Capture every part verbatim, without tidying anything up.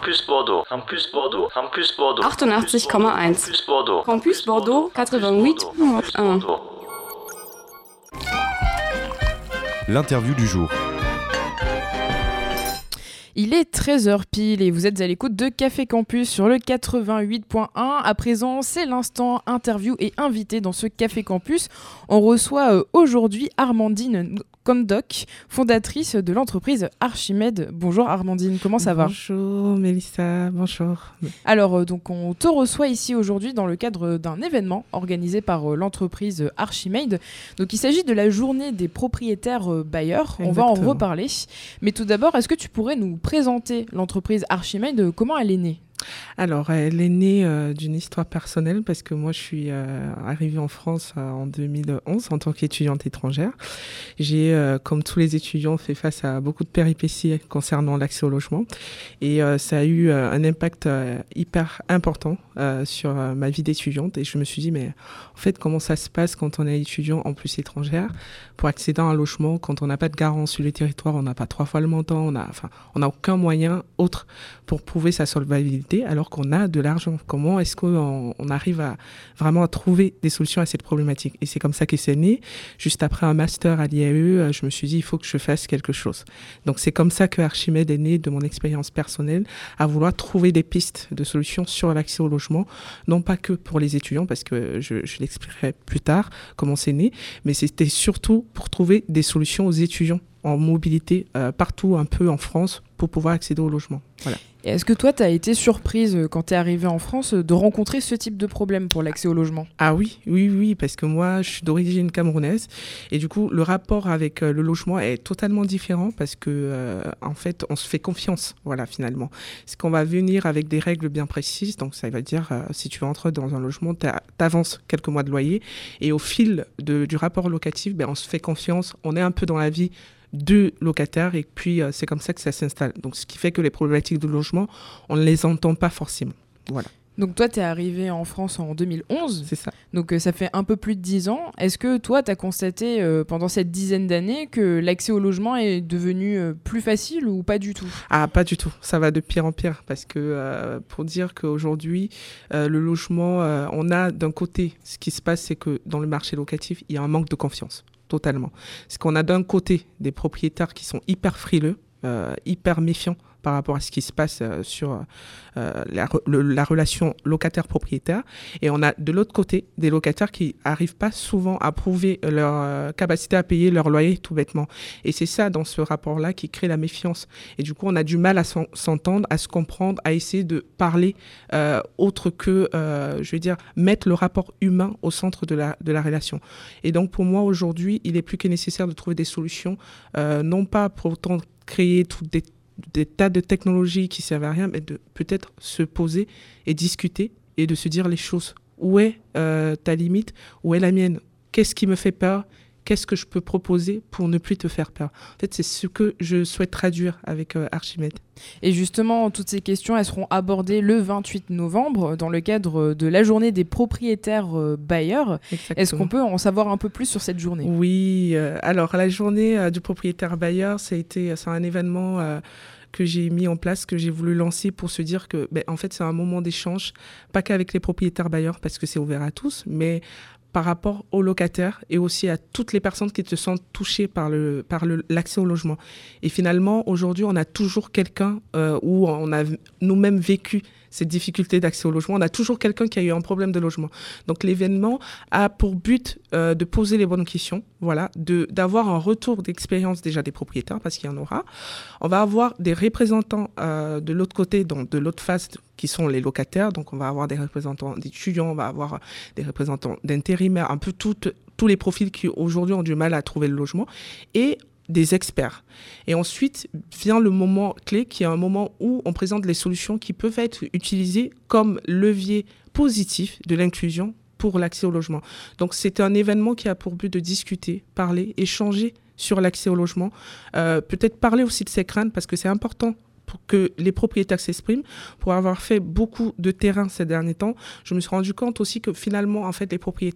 Campus Bordeaux, Campus Bordeaux, Campus Bordeaux, achtundachtzig Komma eins. Campus Bordeaux, Campus Bordeaux, quatre-vingt-huit virgule un. L'interview du jour. Il est treize heures pile et vous êtes à l'écoute de Café Campus sur le quatre-vingt-huit point un. À présent, c'est l'instant interview et invité dans ce Café Campus. On reçoit euh, aujourd'hui Armandine Kondoc, fondatrice de l'entreprise Archimède. Bonjour Armandine, comment ça va ? Bonjour Mélissa, bonjour. Alors, euh, donc on te reçoit ici aujourd'hui dans le cadre d'un événement organisé par euh, l'entreprise Archimède. Donc il s'agit de la journée des propriétaires euh, bailleurs. On va en reparler. Mais tout d'abord, est-ce que tu pourrais nous présenter l'entreprise Archimède ? Comment elle est née ? Alors, elle est née euh, d'une histoire personnelle parce que moi, je suis euh, arrivée en France euh, en deux mille onze en tant qu'étudiante étrangère. J'ai, euh, comme tous les étudiants, fait face à beaucoup de péripéties concernant l'accès au logement. Et euh, ça a eu euh, un impact euh, hyper important euh, sur euh, ma vie d'étudiante. Et je me suis dit, mais en fait, comment ça se passe quand on est étudiant, en plus étrangère, pour accéder à un logement, quand on n'a pas de garant sur le territoire, on n'a pas trois fois le montant, on n'a enfin, on n'a aucun moyen autre pour prouver sa solvabilité, alors qu'on a de l'argent. Comment est-ce qu'on on arrive à vraiment à trouver des solutions à cette problématique ? Et c'est comme ça que c'est né. Juste après un master à l'I A E, je me suis dit, il faut que je fasse quelque chose. Donc c'est comme ça que Archimède est né de mon expérience personnelle, à vouloir trouver des pistes de solutions sur l'accès au logement, non pas que pour les étudiants, parce que je, je l'expliquerai plus tard comment c'est né, mais c'était surtout pour trouver des solutions aux étudiants en mobilité euh, partout un peu en France pour pouvoir accéder au logement. Voilà. Et est-ce que toi, tu as été surprise quand tu es arrivée en France de rencontrer ce type de problème pour l'accès au logement ? Ah oui, oui, oui, parce que moi, je suis d'origine camerounaise et du coup, le rapport avec euh, le logement est totalement différent parce que, euh, en fait, on se fait confiance, voilà, finalement. C'est qu'on va venir avec des règles bien précises, donc ça veut dire, euh, si tu entres dans un logement, tu avances quelques mois de loyer et au fil de, du rapport locatif, ben, on se fait confiance, on est un peu dans la vie de locataires et puis euh, c'est comme ça que ça s'installe. Donc ce qui fait que les problématiques de logement, on ne les entend pas forcément. Voilà. Donc toi, tu es arrivé en France en deux mille onze. C'est ça. Donc euh, ça fait un peu plus de dix ans. Est-ce que toi, tu as constaté euh, pendant cette dizaine d'années que l'accès au logement est devenu euh, plus facile ou pas du tout ? Ah, pas du tout. Ça va de pire en pire parce que euh, pour dire qu'aujourd'hui, euh, le logement, euh, on a d'un côté, ce qui se passe, c'est que dans le marché locatif, il y a un manque de confiance. Totalement. C'est qu'on a d'un côté des propriétaires qui sont hyper frileux, euh, hyper méfiants par rapport à ce qui se passe euh, sur euh, la, le, la relation locataire-propriétaire. Et on a de l'autre côté des locataires qui n'arrivent pas souvent à prouver leur euh, capacité à payer leur loyer tout bêtement. Et c'est ça, dans ce rapport-là, qui crée la méfiance. Et du coup, on a du mal à s'entendre, à se comprendre, à essayer de parler euh, autre que, euh, je veux dire, mettre le rapport humain au centre de la, de la relation. Et donc, pour moi, aujourd'hui, il est plus que nécessaire de trouver des solutions, euh, non pas pour autant créer toutes des des tas de technologies qui servent à rien, mais de peut-être se poser et discuter et de se dire les choses. Où est euh, ta limite ? Où est la mienne ? Qu'est-ce qui me fait peur ? Qu'est-ce que je peux proposer pour ne plus te faire peur ? En fait, c'est ce que je souhaite traduire avec euh, Archimède. Et justement, toutes ces questions, elles seront abordées le vingt-huit novembre dans le cadre de la journée des propriétaires euh, bailleurs. Exactement. Est-ce qu'on peut en savoir un peu plus sur cette journée ? Oui, euh, alors la journée euh, du propriétaire bailleur, ça a été, c'est un événement euh, que j'ai mis en place, que j'ai voulu lancer pour se dire que, ben, en fait, c'est un moment d'échange, pas qu'avec les propriétaires bailleurs parce que c'est ouvert à tous, mais par rapport aux locataires et aussi à toutes les personnes qui se sentent touchées par, le, par le, l'accès au logement. Et finalement, aujourd'hui, on a toujours quelqu'un euh, où on a nous-mêmes vécu cette difficulté d'accès au logement. On a toujours quelqu'un qui a eu un problème de logement. Donc l'événement a pour but euh, de poser les bonnes questions, voilà, de, d'avoir un retour d'expérience déjà des propriétaires, parce qu'il y en aura. On va avoir des représentants euh, de l'autre côté, donc de l'autre face, qui sont les locataires. Donc on va avoir des représentants d'étudiants, on va avoir des représentants d'intérimaires, un peu toutes, tous les profils qui aujourd'hui ont du mal à trouver le logement. Et des experts. Et ensuite vient le moment clé qui est un moment où on présente les solutions qui peuvent être utilisées comme levier positif de l'inclusion pour l'accès au logement. Donc c'est un événement qui a pour but de discuter, parler, échanger sur l'accès au logement, euh, peut-être parler aussi de ses craintes parce que c'est important pour que les propriétaires s'expriment. Pour avoir fait beaucoup de terrain ces derniers temps, je me suis rendu compte aussi que finalement, en fait, les propriétaires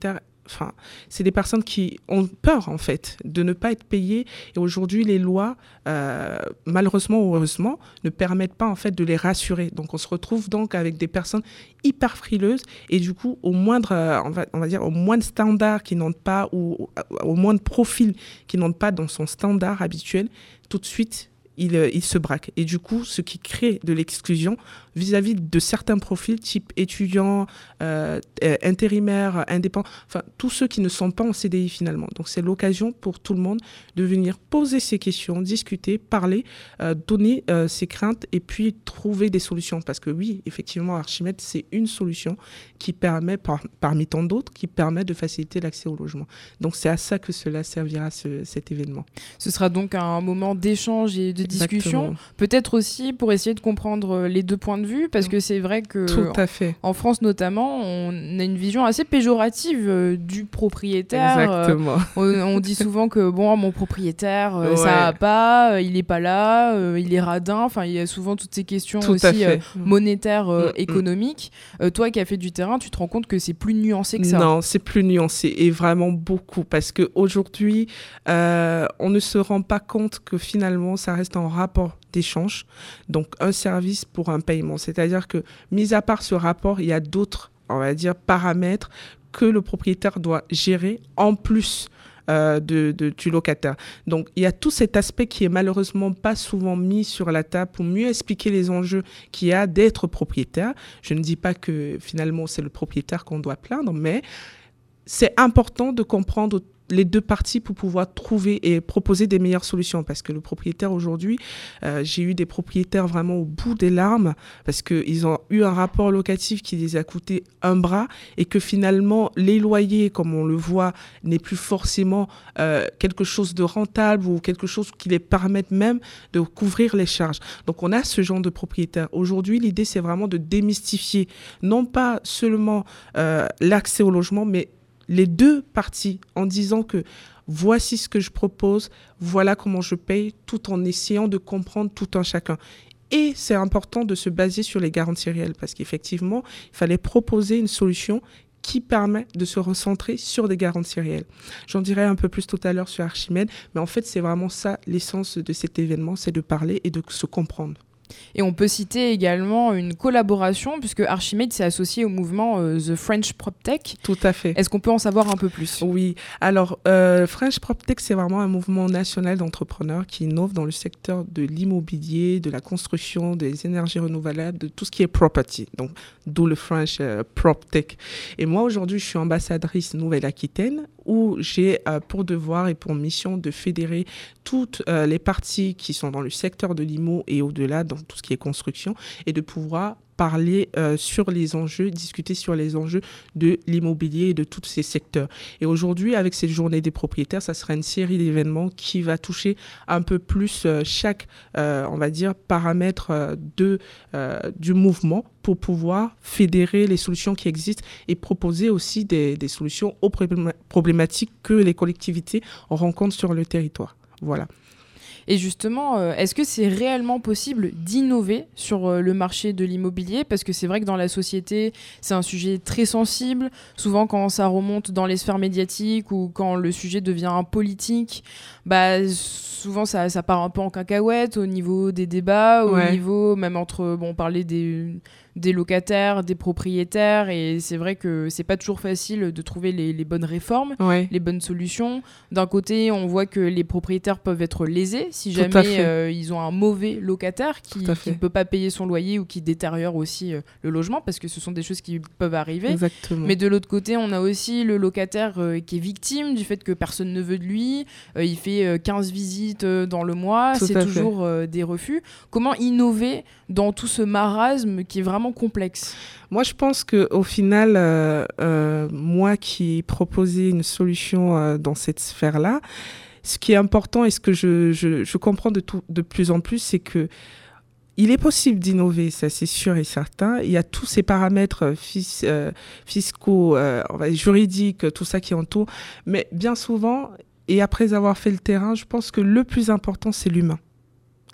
Enfin, c'est des personnes qui ont peur, en fait, de ne pas être payées. Et aujourd'hui, les lois, euh, malheureusement ou heureusement, ne permettent pas, en fait, de les rassurer. Donc, on se retrouve donc avec des personnes hyper frileuses. Et du coup, au moindre, euh, on va, on va dire, au moindre standard qui n'entre pas, ou au moindre profil qui n'entre pas dans son standard habituel, tout de suite, il, euh, il se braque. Et du coup, ce qui crée de l'exclusion vis-à-vis de certains profils, type étudiants, euh, euh, intérimaires, indépendants, enfin, tous ceux qui ne sont pas en C D I finalement. Donc, c'est l'occasion pour tout le monde de venir poser ses questions, discuter, parler, euh, donner euh, ses craintes et puis trouver des solutions. Parce que oui, effectivement, Archimède, c'est une solution qui permet, par, parmi tant d'autres, qui permet de faciliter l'accès au logement. Donc, c'est à ça que cela servira, ce, cet événement. Ce sera donc un moment d'échange et de discussion. Exactement. Peut-être aussi pour essayer de comprendre les deux points de vue, parce que c'est vrai que Tout à fait. en France notamment, on a une vision assez péjorative euh, du propriétaire. Exactement. Euh, on, on dit souvent que bon, mon propriétaire, euh, Ouais. ça va pas, euh, il est pas là, euh, il est radin. Enfin, il y a souvent toutes ces questions Tout à aussi fait. euh, monétaires, euh, Mm, mm. économiques. Euh, toi qui as fait du terrain, tu te rends compte que c'est plus nuancé que ça. Non, c'est plus nuancé et vraiment beaucoup parce qu'aujourd'hui, euh, on ne se rend pas compte que finalement, ça reste en rapport d'échange, donc un service pour un paiement. C'est-à-dire que, mis à part ce rapport, il y a d'autres, on va dire, paramètres que le propriétaire doit gérer en plus euh, de, de, du locataire. Donc, il y a tout cet aspect qui est malheureusement pas souvent mis sur la table pour mieux expliquer les enjeux qu'il y a d'être propriétaire. Je ne dis pas que finalement, c'est le propriétaire qu'on doit plaindre, mais c'est important de comprendre les deux parties pour pouvoir trouver et proposer des meilleures solutions. Parce que le propriétaire aujourd'hui, euh, j'ai eu des propriétaires vraiment au bout des larmes parce qu'ils ont eu un rapport locatif qui les a coûté un bras et que finalement, les loyers, comme on le voit, n'est plus forcément euh, quelque chose de rentable ou quelque chose qui les permette même de couvrir les charges. Donc, on a ce genre de propriétaire. Aujourd'hui, l'idée, c'est vraiment de démystifier non pas seulement euh, l'accès au logement, mais les deux parties en disant que voici ce que je propose, voilà comment je paye, tout en essayant de comprendre tout un chacun. Et c'est important de se baser sur les garanties réelles parce qu'effectivement, il fallait proposer une solution qui permet de se recentrer sur des garanties réelles. J'en dirai un peu plus tout à l'heure sur Archimède, mais en fait, c'est vraiment ça l'essence de cet événement, c'est de parler et de se comprendre. Et on peut citer également une collaboration, puisque Archimède s'est associé au mouvement euh, The French PropTech. Tout à fait. Est-ce qu'on peut en savoir un peu plus ? Oui. Alors, euh, French PropTech, c'est vraiment un mouvement national d'entrepreneurs qui innove dans le secteur de l'immobilier, de la construction, des énergies renouvelables, de tout ce qui est property. Donc, d'où le French euh, PropTech. Et moi, aujourd'hui, je suis ambassadrice Nouvelle-Aquitaine, où j'ai euh, pour devoir et pour mission de fédérer toutes euh, les parties qui sont dans le secteur de l'immo et au-delà, dans tout ce qui est construction, et de pouvoir parler euh, sur les enjeux, discuter sur les enjeux de l'immobilier et de tous ces secteurs. Et aujourd'hui, avec cette journée des propriétaires, ça sera une série d'événements qui va toucher un peu plus euh, chaque, euh, on va dire, paramètre euh, de, euh, du mouvement pour pouvoir fédérer les solutions qui existent et proposer aussi des, des solutions aux problématiques que les collectivités rencontrent sur le territoire. Voilà. Et justement, euh, est-ce que c'est réellement possible d'innover sur euh, le marché de l'immobilier ? Parce que c'est vrai que dans la société, c'est un sujet très sensible. Souvent, quand ça remonte dans les sphères médiatiques ou quand le sujet devient politique, bah, souvent ça, ça part un peu en cacahuète au niveau des débats, au Ouais. niveau même entre, bon, on parlait des... des locataires, des propriétaires, et c'est vrai que c'est pas toujours facile de trouver les, les bonnes réformes, Ouais. les bonnes solutions. D'un côté, on voit que les propriétaires peuvent être lésés si Tout à jamais fait. euh, ils ont un mauvais locataire qui Tout à qui fait. ne peut pas payer son loyer ou qui détériore aussi euh, le logement, parce que ce sont des choses qui peuvent arriver. Exactement. Mais de l'autre côté, on a aussi le locataire euh, qui est victime du fait que personne ne veut de lui. Euh, il fait euh, quinze visites euh, dans le mois. Tout C'est à toujours euh, des refus. Comment innover dans tout ce marasme qui est vraiment complexe ? Moi, je pense qu'au final, euh, euh, moi qui proposais une solution euh, dans cette sphère-là, ce qui est important et ce que je, je, je comprends de, tout, de plus en plus, c'est que il est possible d'innover, ça c'est sûr et certain. Il y a tous ces paramètres fis, euh, fiscaux, euh, on va dire juridiques, tout ça qui entoure. Mais bien souvent, et après avoir fait le terrain, je pense que le plus important, c'est l'humain.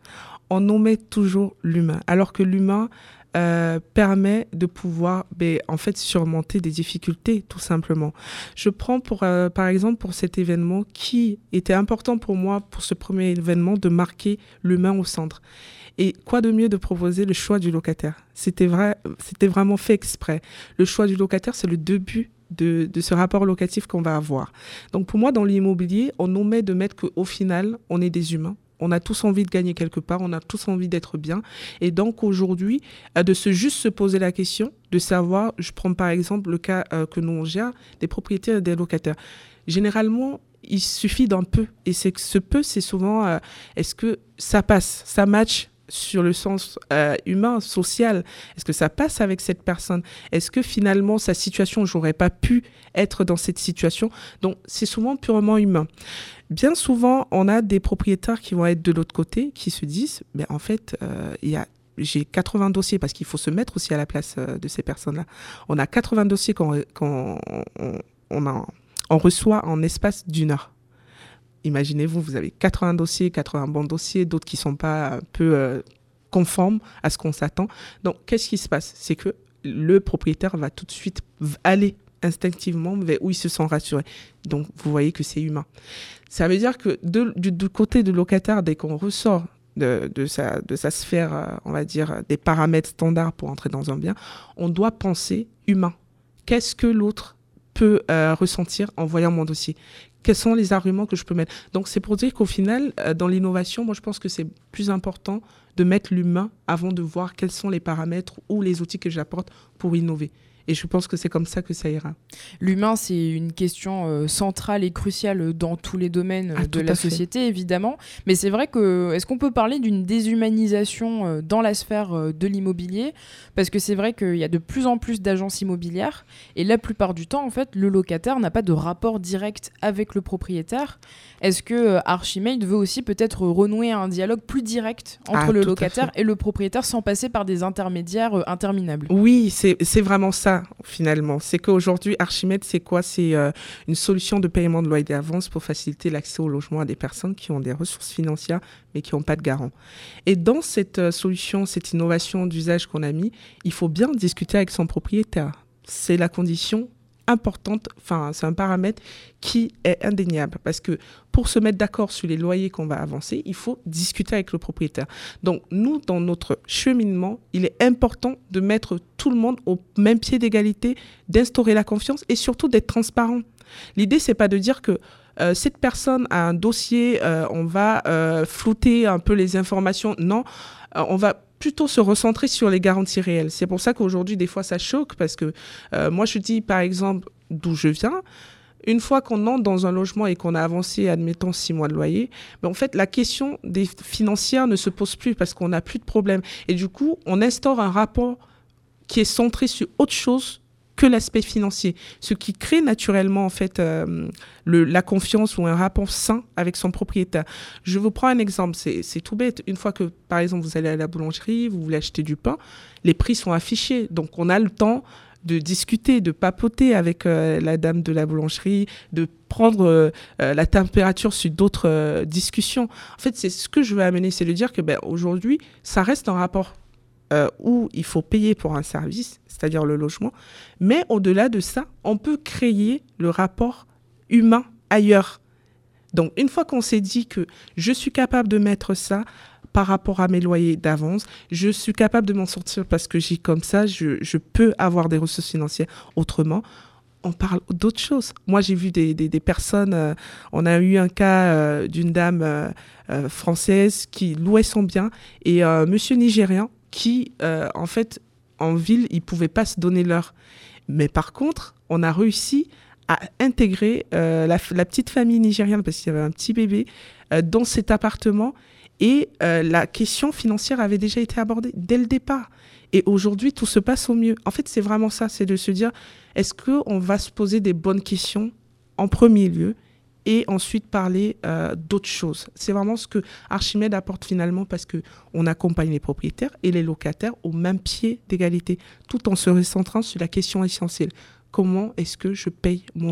on omet toujours l'humain, alors que l'humain euh, permet de pouvoir ben, en fait, surmonter des difficultés, tout simplement. Je prends pour, euh, par exemple pour cet événement qui était important pour moi, pour ce premier événement, de marquer l'humain au centre. Et quoi de mieux de proposer le choix du locataire ? C'était, vrai, c'était vraiment fait exprès. Le choix du locataire, c'est le début de, de ce rapport locatif qu'on va avoir. Donc pour moi, dans l'immobilier, on omet de mettre qu'au final, on est des humains. On a tous envie de gagner quelque part, on a tous envie d'être bien. Et donc aujourd'hui, euh, de se juste se poser la question, de savoir, je prends par exemple le cas euh, que nous on gère, des propriétaires et des locataires. Généralement, il suffit d'un peu. Et c'est que ce peu, c'est souvent, euh, est-ce que ça passe, ça match sur le sens euh, humain, social? Est-ce que ça passe avec cette personne? Est-ce que finalement, sa situation, j'aurais pas pu être dans cette situation? Donc, c'est souvent purement humain. Bien souvent, on a des propriétaires qui vont être de l'autre côté, qui se disent, ben, en fait, euh, il y a j'ai quatre-vingts dossiers, parce qu'il faut se mettre aussi à la place euh, de ces personnes-là. On a quatre-vingts dossiers qu'on, qu'on on, on, a, on reçoit en espace d'une heure. Imaginez-vous, vous avez quatre-vingts dossiers, quatre-vingts bons dossiers, d'autres qui ne sont pas un peu euh, conformes à ce qu'on s'attend. Donc, qu'est-ce qui se passe? C'est que le propriétaire va tout de suite aller instinctivement vers où il se sent rassuré. Donc, vous voyez que c'est humain. Ça veut dire que de, du, du côté du locataire, dès qu'on ressort de, de, sa, de sa sphère, euh, on va dire, des paramètres standards pour entrer dans un bien, on doit penser humain. Qu'est-ce que l'autre peut euh, ressentir en voyant mon dossier? Quels sont les arguments que je peux mettre? Donc, c'est pour dire qu'au final, euh, dans l'innovation, moi, je pense que c'est plus important de mettre l'humain avant de voir quels sont les paramètres ou les outils que j'apporte pour innover. Et je pense que c'est comme ça que ça ira. L'humain, c'est une question euh, centrale et cruciale dans tous les domaines ah, de la société, évidemment. Mais c'est vrai que, est-ce qu'on peut parler d'une déshumanisation euh, dans la sphère euh, de l'immobilier? Parce que c'est vrai qu'il y a de plus en plus d'agences immobilières. Et la plupart du temps, en fait, le locataire n'a pas de rapport direct avec le propriétaire. Est-ce que euh, Archimate veut aussi peut-être renouer un dialogue plus direct entre ah, le locataire et le propriétaire sans passer par des intermédiaires euh, interminables? Oui, c'est, c'est vraiment ça. Finalement, c'est qu'aujourd'hui, Archimate, c'est quoi? C'est euh, une solution de paiement de loyer d'avance pour faciliter l'accès au logement à des personnes qui ont des ressources financières mais qui n'ont pas de garant. Et dans cette euh, solution, cette innovation d'usage qu'on a mis, il faut bien discuter avec son propriétaire. C'est la condition importante, enfin, c'est un paramètre qui est indéniable parce que pour se mettre d'accord sur les loyers qu'on va avancer, il faut discuter avec le propriétaire. Donc, nous, dans notre cheminement, il est important de mettre tout le monde au même pied d'égalité, d'instaurer la confiance et surtout d'être transparent. L'idée, c'est pas de dire que euh, cette personne a un dossier, euh, on va euh, flouter un peu les informations. Non, euh, on va plutôt se recentrer sur les garanties réelles. C'est pour ça qu'aujourd'hui, des fois, ça choque parce que euh, moi, je dis, par exemple, d'où je viens, une fois qu'on entre dans un logement et qu'on a avancé, admettons, six mois de loyer, ben, en fait, la question des financières ne se pose plus parce qu'on n'a plus de problème. Et du coup, on instaure un rapport qui est centré sur autre chose que l'aspect financier, ce qui crée naturellement en fait euh, le, la confiance ou un rapport sain avec son propriétaire. Je vous prends un exemple, c'est, c'est tout bête. Une fois que, par exemple, vous allez à la boulangerie, vous voulez acheter du pain, les prix sont affichés. Donc, on a le temps de discuter, de papoter avec euh, la dame de la boulangerie, de prendre euh, euh, la température sur d'autres euh, discussions. En fait, c'est ce que je veux amener, c'est de dire que ben, aujourd'hui, ça reste un rapport Euh, où il faut payer pour un service, c'est-à-dire le logement. Mais au-delà de ça, on peut créer le rapport humain ailleurs. Donc, une fois qu'on s'est dit que je suis capable de mettre ça par rapport à mes loyers d'avance, je suis capable de m'en sortir parce que j'ai comme ça, je, je peux avoir des ressources financières autrement, on parle d'autres choses. Moi, j'ai vu des, des, des personnes, euh, on a eu un cas euh, d'une dame euh, euh, française qui louait son bien et un euh, monsieur nigérian qui, euh, en fait, en ville, ils ne pouvaient pas se donner l'heure. Mais par contre, on a réussi à intégrer euh, la, la petite famille nigériane, parce qu'il y avait un petit bébé, euh, dans cet appartement. Et euh, la question financière avait déjà été abordée dès le départ. Et aujourd'hui, tout se passe au mieux. En fait, c'est vraiment ça, c'est de se dire, est-ce qu'on va se poser des bonnes questions en premier lieu et ensuite parler euh, d'autres choses. C'est vraiment ce que Archimate apporte finalement parce qu'on accompagne les propriétaires et les locataires au même pied d'égalité, tout en se recentrant sur la question essentielle. Comment est-ce que je paye mon loyer ?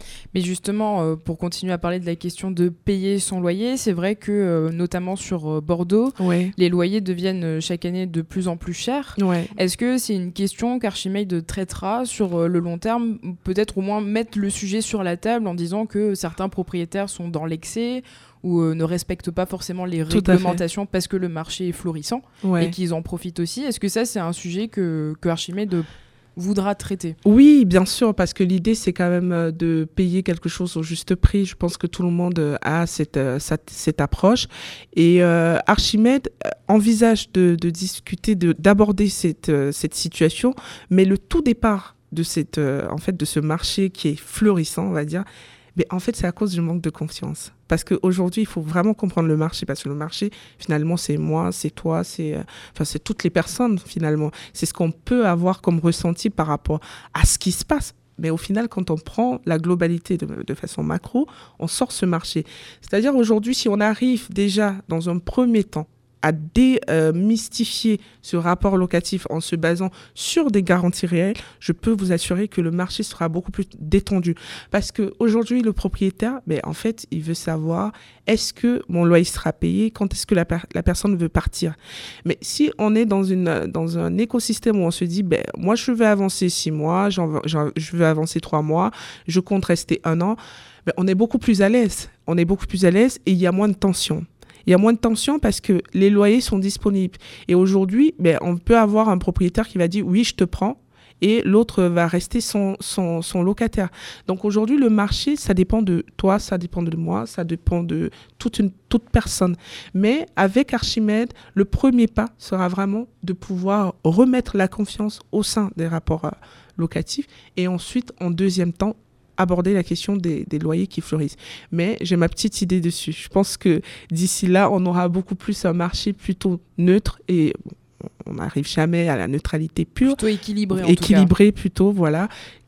Mais justement, euh, pour continuer à parler de la question de payer son loyer, c'est vrai que, euh, notamment sur euh, Bordeaux, Ouais. les loyers deviennent euh, chaque année de plus en plus chers. Ouais. Est-ce que c'est une question qu'Archimède traitera sur euh, le long terme, peut-être au moins mettre le sujet sur la table en disant que certains propriétaires sont dans l'excès ou euh, ne respectent pas forcément les Tout à fait. réglementations parce que le marché est florissant Ouais. et qu'ils en profitent aussi. Est-ce que ça, c'est un sujet que, que Archimède voudra traiter? Oui, bien sûr, parce que l'idée, c'est quand même euh, de payer quelque chose au juste prix. Je pense que tout le monde euh, a cette, euh, cette, cette approche. Et euh, Archimède euh, envisage de, de discuter, de, d'aborder cette, euh, cette situation, mais le tout départ de, cette, euh, en fait, de ce marché qui est florissant, on va dire, mais en fait, c'est à cause du manque de confiance. Parce qu'aujourd'hui, il faut vraiment comprendre le marché. Parce que le marché, finalement, c'est moi, c'est toi, c'est, euh, enfin, c'est toutes les personnes, finalement. C'est ce qu'on peut avoir comme ressenti par rapport à ce qui se passe. Mais au final, quand on prend la globalité de, de façon macro, on sort ce marché. C'est-à-dire, aujourd'hui, si on arrive déjà, dans un premier temps, à démystifier ce rapport locatif en se basant sur des garanties réelles, je peux vous assurer que le marché sera beaucoup plus détendu. Parce qu'aujourd'hui, le propriétaire, ben, en fait, il veut savoir est-ce que mon loyer sera payé, quand est-ce que la, per- la personne veut partir. Mais si on est dans, une, dans un écosystème où on se dit, ben, moi, je veux avancer six mois, j'en, j'en, je veux avancer trois mois, je compte rester un an, ben, on est beaucoup plus à l'aise. On est beaucoup plus à l'aise et il y a moins de tension. Il y a moins de tension parce que les loyers sont disponibles. Et aujourd'hui, ben, on peut avoir un propriétaire qui va dire « oui, je te prends » et l'autre va rester son, son, son locataire. Donc aujourd'hui, le marché, ça dépend de toi, ça dépend de moi, ça dépend de toute, une, toute personne. Mais avec Archimède, le premier pas sera vraiment de pouvoir remettre la confiance au sein des rapports euh, locatifs et ensuite, en deuxième temps, aborder la question des, des loyers qui fleurissent. Mais j'ai ma petite idée dessus. Je pense que d'ici là, on aura beaucoup plus un marché plutôt neutre et on n'arrive jamais à la neutralité pure. Plutôt équilibré, en équilibré plutôt, voilà,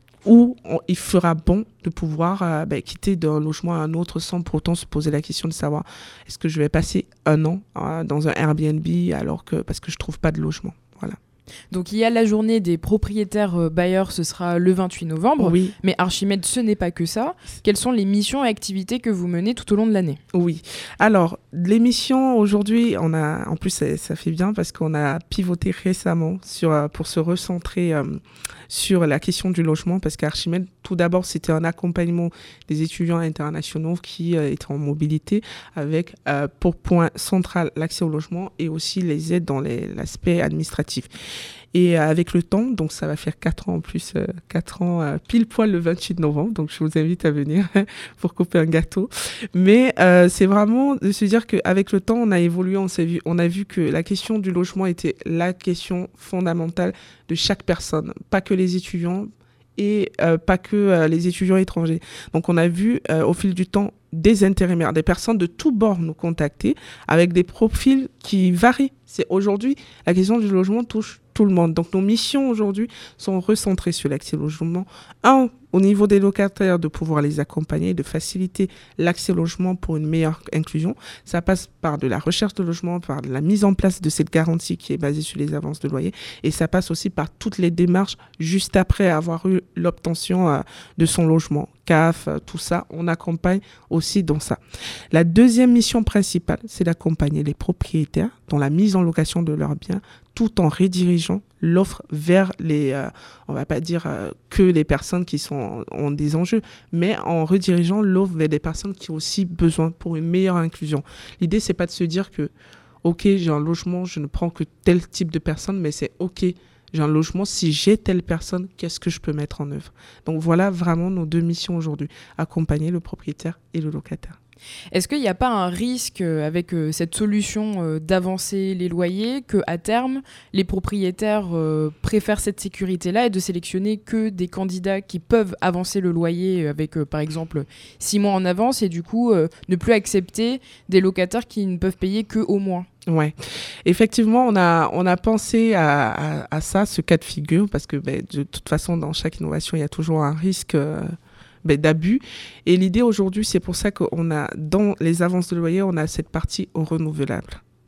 où on, il fera bon de pouvoir euh, bah, quitter d'un logement à un autre sans pour autant se poser la question de savoir est-ce que je vais passer un an euh, dans un Airbnb alors que, parce que je ne trouve pas de logement. Voilà. Donc il y a la journée des propriétaires euh, bailleurs, ce sera le vingt-huit novembre. Oui. Mais Archimède, ce n'est pas que ça. Quelles sont les missions et activités que vous menez tout au long de l'année? Oui. Alors, l'émission aujourd'hui, on a, en plus, ça, ça fait bien parce qu'on a pivoté récemment sur, euh, pour se recentrer euh, sur la question du logement parce qu'Archimède, tout d'abord, c'était un accompagnement des étudiants internationaux qui euh, étaient en mobilité avec euh, pour point central l'accès au logement et aussi les aides dans les, l'aspect administratif. Et euh, avec le temps, donc ça va faire quatre ans en plus, euh, quatre ans euh, pile poil le vingt-huit novembre, donc je vous invite à venir pour couper un gâteau. Mais euh, c'est vraiment de se dire qu'avec le temps, on a évolué, on, s'est vu, on a vu que la question du logement était la question fondamentale de chaque personne, pas que les étudiants et euh, pas que euh, les étudiants étrangers. Donc on a vu euh, au fil du temps des intérimaires, des personnes de tous bords nous contacter avec des profils qui varient. C'est aujourd'hui, la question du logement touche tout le monde. Donc nos missions aujourd'hui sont recentrées sur l'accès au logement. Un, au niveau des locataires, de pouvoir les accompagner, de faciliter l'accès au logement pour une meilleure inclusion. Ça passe par de la recherche de logement, par de la mise en place de cette garantie qui est basée sur les avances de loyer. Et ça passe aussi par toutes les démarches juste après avoir eu l'obtention euh, de son logement. C A F, euh, tout ça, on accompagne aussi dans ça. La deuxième mission principale, c'est d'accompagner les propriétaires dans la mise en location de leurs biens, tout en redirigeant l'offre vers les, euh, on va pas dire euh, que les personnes qui sont, ont des enjeux, mais en redirigeant l'offre vers des personnes qui ont aussi besoin pour une meilleure inclusion. L'idée, c'est pas de se dire que, ok, j'ai un logement, je ne prends que tel type de personne, mais c'est ok, j'ai un logement, si j'ai telle personne, qu'est-ce que je peux mettre en œuvre? Donc voilà vraiment nos deux missions aujourd'hui, accompagner le propriétaire et le locataire. Est-ce qu'il n'y a pas un risque euh, avec euh, cette solution euh, d'avancer les loyers qu'à terme, les propriétaires euh, préfèrent cette sécurité-là et de sélectionner que des candidats qui peuvent avancer le loyer avec, euh, par exemple, six mois en avance et du coup, euh, ne plus accepter des locataires qui ne peuvent payer qu'au mois? Ouais, effectivement, on a, on a pensé à, à, à ça, ce cas de figure, parce que ben, de toute façon, dans chaque innovation, il y a toujours un risque euh, ben, d'abus. Et l'idée aujourd'hui, c'est pour ça qu'on a, dans les avances de loyer, on a cette partie au renouvelable.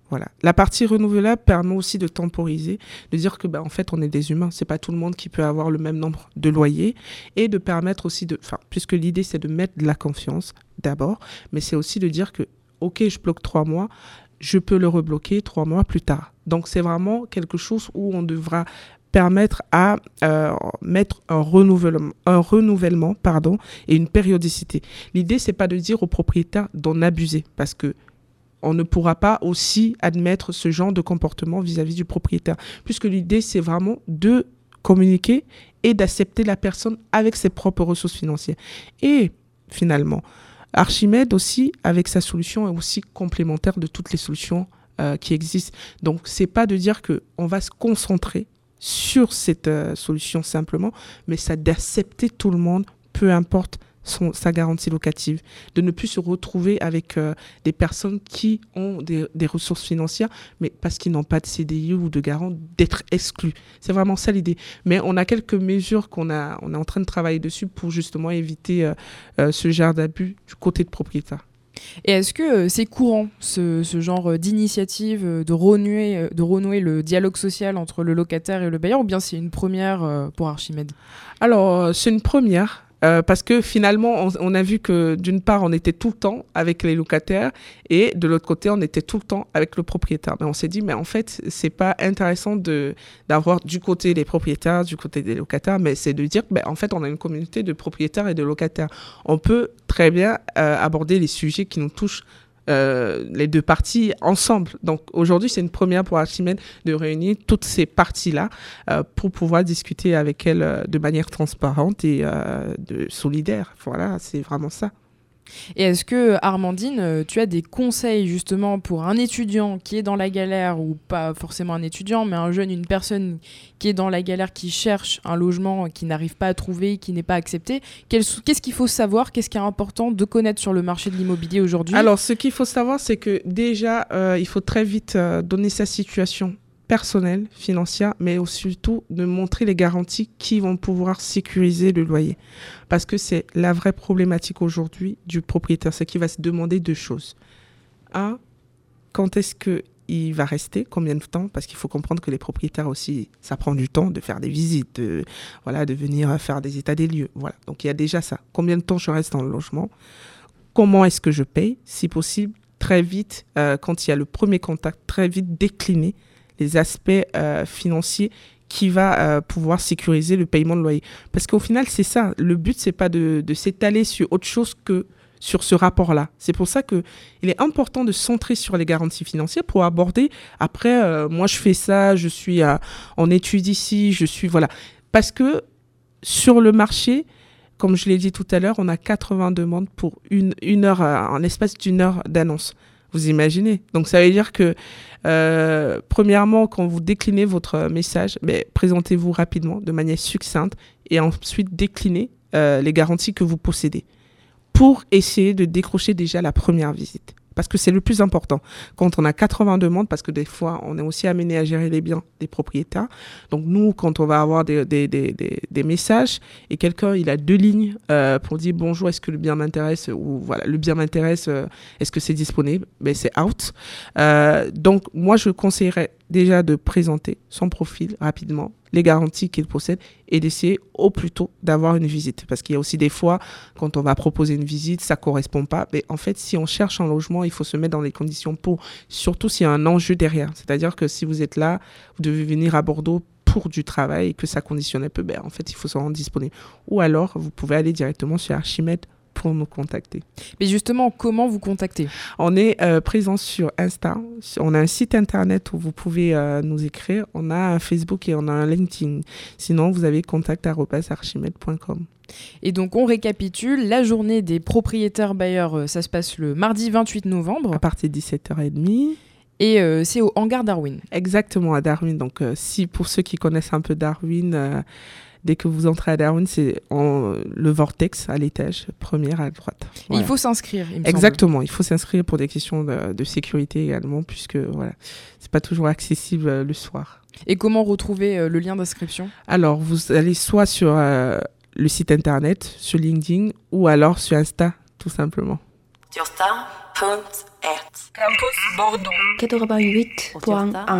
Voilà. La partie renouvelable permet aussi de temporiser, de dire que bah, en fait on est des humains, c'est pas tout le monde qui peut avoir le même nombre de loyers, et de permettre aussi de, enfin puisque l'idée c'est de mettre de la confiance d'abord, mais c'est aussi de dire que ok je bloque trois mois, je peux le rebloquer trois mois plus tard. Donc c'est vraiment quelque chose où on devra permettre à euh, mettre un renouvellement, un renouvellement pardon, et une périodicité. L'idée c'est pas de dire aux propriétaires d'en abuser, parce que on ne pourra pas aussi admettre ce genre de comportement vis-à-vis du propriétaire, puisque l'idée, c'est vraiment de communiquer et d'accepter la personne avec ses propres ressources financières. Et finalement, Archimède aussi, avec sa solution, est aussi complémentaire de toutes les solutions euh, qui existent. Donc, c'est pas de dire qu'on va se concentrer sur cette euh, solution simplement, mais c'est d'accepter tout le monde, peu importe Son, sa garantie locative, de ne plus se retrouver avec euh, des personnes qui ont des, des ressources financières, mais parce qu'ils n'ont pas de C D I ou de garant, d'être exclus. C'est vraiment ça l'idée. Mais on a quelques mesures qu'on a, on est en train de travailler dessus pour justement éviter euh, euh, ce genre d'abus du côté de propriétaire. Et est-ce que euh, c'est courant, ce, ce genre d'initiative, euh, de renouer, euh, de renouer le dialogue social entre le locataire et le bailleur, ou bien c'est une première euh, pour Archimède ? Alors, euh, c'est une première. Euh, parce que finalement, on, on a vu que d'une part, on était tout le temps avec les locataires et de l'autre côté, on était tout le temps avec le propriétaire. Mais on s'est dit, mais en fait, c'est pas intéressant de, d'avoir du côté des propriétaires, du côté des locataires, mais c'est de dire, ben, en fait, on a une communauté de propriétaires et de locataires. On peut très bien euh, aborder les sujets qui nous touchent Euh, les deux parties ensemble. Donc aujourd'hui, c'est une première pour Archimède de réunir toutes ces parties-là euh, pour pouvoir discuter avec elles euh, de manière transparente et euh, de solidaire. Voilà, c'est vraiment ça. Et est-ce que, Armandine, tu as des conseils justement pour un étudiant qui est dans la galère, ou pas forcément un étudiant, mais un jeune, une personne qui est dans la galère, qui cherche un logement, qui n'arrive pas à trouver, qui n'est pas accepté? Qu'est-ce qu'il faut savoir? Qu'est-ce qui est important de connaître sur le marché de l'immobilier aujourd'hui? Alors, ce qu'il faut savoir, c'est que déjà, euh, il faut très vite euh, donner sa situation personnelle, financière, mais surtout de montrer les garanties qui vont pouvoir sécuriser le loyer. Parce que c'est la vraie problématique aujourd'hui du propriétaire, c'est qu'il va se demander deux choses. Un, quand est-ce qu'il va rester, combien de temps? Parce qu'il faut comprendre que les propriétaires aussi, ça prend du temps de faire des visites, de, voilà, de venir faire des états des lieux. Voilà. Donc il y a déjà ça. Combien de temps je reste dans le logement? Comment est-ce que je paye? Si possible, très vite, euh, quand il y a le premier contact, très vite décliner les aspects euh, financiers qui va euh, pouvoir sécuriser le paiement de loyer. Parce qu'au final, c'est ça. Le but, c'est pas de, de s'étaler sur autre chose que sur ce rapport-là. C'est pour ça qu'il est important de centrer sur les garanties financières pour aborder, après, euh, moi, je fais ça, je suis à, en études ici, je suis... Voilà. Parce que sur le marché, comme je l'ai dit tout à l'heure, on a quatre-vingts demandes pour une, une heure, en l'espace d'une heure d'annonce. Vous imaginez? Donc, ça veut dire que, euh, premièrement, quand vous déclinez votre message, mais présentez-vous rapidement, de manière succincte, et ensuite déclinez euh, les garanties que vous possédez pour essayer de décrocher déjà la première visite. Parce que c'est le plus important. Quand on a quatre-vingts demandes, parce que des fois, on est aussi amené à gérer les biens des propriétaires. Donc, nous, quand on va avoir des, des, des, des, des messages et quelqu'un, il a deux lignes euh, pour dire « Bonjour, est-ce que le bien m'intéresse ?» ou « Voilà, le bien m'intéresse, euh, est-ce que c'est disponible ?» Ben, c'est out. Euh, donc, moi, je conseillerais déjà de présenter son profil rapidement, les garanties qu'il possède et d'essayer au plus tôt d'avoir une visite. Parce qu'il y a aussi des fois, quand on va proposer une visite, ça ne correspond pas. Mais en fait, si on cherche un logement, il faut se mettre dans les conditions pour, surtout s'il y a un enjeu derrière. C'est-à-dire que si vous êtes là, vous devez venir à Bordeaux pour du travail et que ça conditionne un peu, ben, en fait, il faut se rendre disponible. Ou alors, vous pouvez aller directement sur Archimède pour nous contacter. Mais justement, comment vous contacter? On est euh, présent sur Insta. On a un site internet où vous pouvez euh, nous écrire. On a un Facebook et on a un LinkedIn. Sinon, vous avez contact arobase archimède point com. Et donc, on récapitule. La journée des propriétaires bailleurs, ça se passe le mardi vingt-huit novembre. À partir de dix-sept heures trente. Et euh, c'est au hangar Darwin. Exactement, à Darwin. Donc, euh, si pour ceux qui connaissent un peu Darwin... Euh, dès que vous entrez à Darwin, c'est en, le vortex à l'étage, première à droite. Voilà. Et il faut s'inscrire, il me Exactement, semble. Il faut s'inscrire pour des questions de, de sécurité également, puisque voilà, c'est pas toujours accessible euh, le soir. Et comment retrouver euh, le lien d'inscription? Alors, vous allez soit sur euh, le site internet, sur LinkedIn, ou alors sur Insta, tout simplement. Sur Insta, Campus Bordeaux quatre-vingt-huit point un.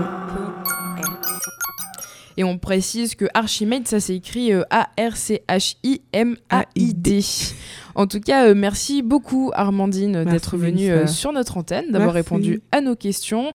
Et on précise que Archimade, ça s'écrit euh, A R C H I M A I D. En tout cas, euh, merci beaucoup Armandine merci d'être venue euh, Mélissa. sur notre antenne, d'avoir Merci. répondu à nos questions.